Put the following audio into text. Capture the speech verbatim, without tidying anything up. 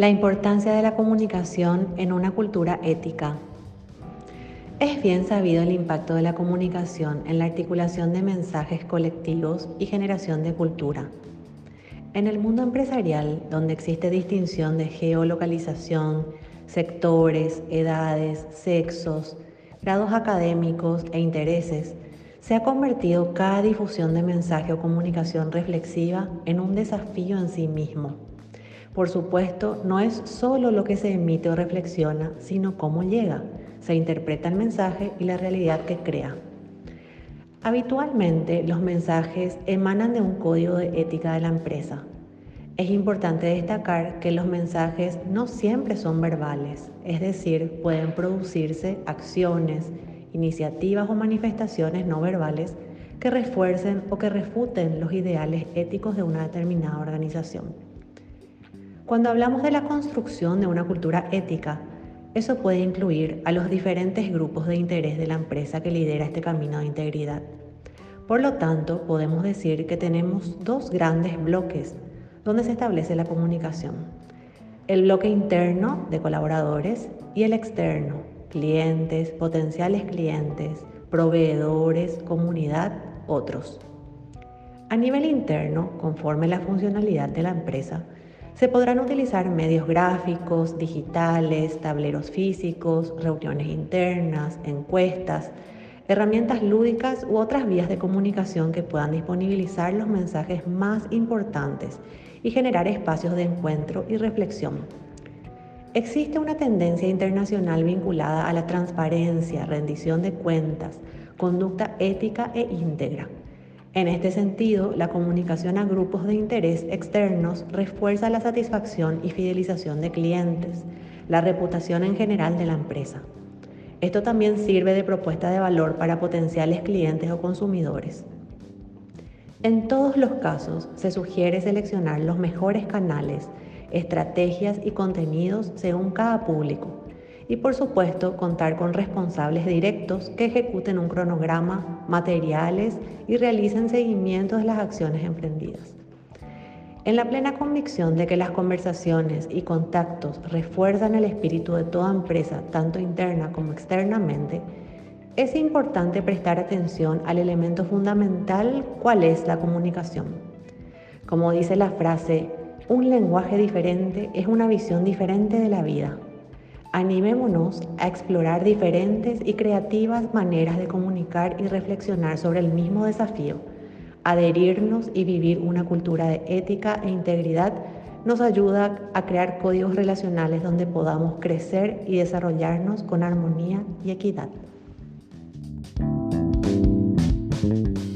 La importancia de la comunicación en una cultura ética. Es bien sabido el impacto de la comunicación en la articulación de mensajes colectivos y generación de cultura. En el mundo empresarial, donde existe distinción de geolocalización, sectores, edades, sexos, grados académicos e intereses, se ha convertido cada difusión de mensaje o comunicación reflexiva en un desafío en sí mismo. Por supuesto, no es solo lo que se emite o reflexiona, sino cómo llega, se interpreta el mensaje y la realidad que crea. Habitualmente, los mensajes emanan de un código de ética de la empresa. Es importante destacar que los mensajes no siempre son verbales, es decir, pueden producirse acciones, iniciativas o manifestaciones no verbales que refuercen o que refuten los ideales éticos de una determinada organización. Cuando hablamos de la construcción de una cultura ética, eso puede incluir a los diferentes grupos de interés de la empresa que lidera este camino de integridad. Por lo tanto, podemos decir que tenemos dos grandes bloques donde se establece la comunicación. El bloque interno de colaboradores y el externo, clientes, potenciales clientes, proveedores, comunidad, otros. A nivel interno, conforme la funcionalidad de la empresa, se podrán utilizar medios gráficos, digitales, tableros físicos, reuniones internas, encuestas, herramientas lúdicas u otras vías de comunicación que puedan disponibilizar los mensajes más importantes y generar espacios de encuentro y reflexión. Existe una tendencia internacional vinculada a la transparencia, rendición de cuentas, conducta ética e íntegra. En este sentido, la comunicación a grupos de interés externos refuerza la satisfacción y fidelización de clientes, la reputación en general de la empresa. Esto también sirve de propuesta de valor para potenciales clientes o consumidores. En todos los casos, se sugiere seleccionar los mejores canales, estrategias y contenidos según cada público. Y por supuesto, contar con responsables directos que ejecuten un cronograma, materiales y realicen seguimiento de las acciones emprendidas. En la plena convicción de que las conversaciones y contactos refuerzan el espíritu de toda empresa, tanto interna como externamente, es importante prestar atención al elemento fundamental, cuál es la comunicación. Como dice la frase, un lenguaje diferente es una visión diferente de la vida. Animémonos a explorar diferentes y creativas maneras de comunicar y reflexionar sobre el mismo desafío. Adherirnos y vivir una cultura de ética e integridad nos ayuda a crear códigos relacionales donde podamos crecer y desarrollarnos con armonía y equidad.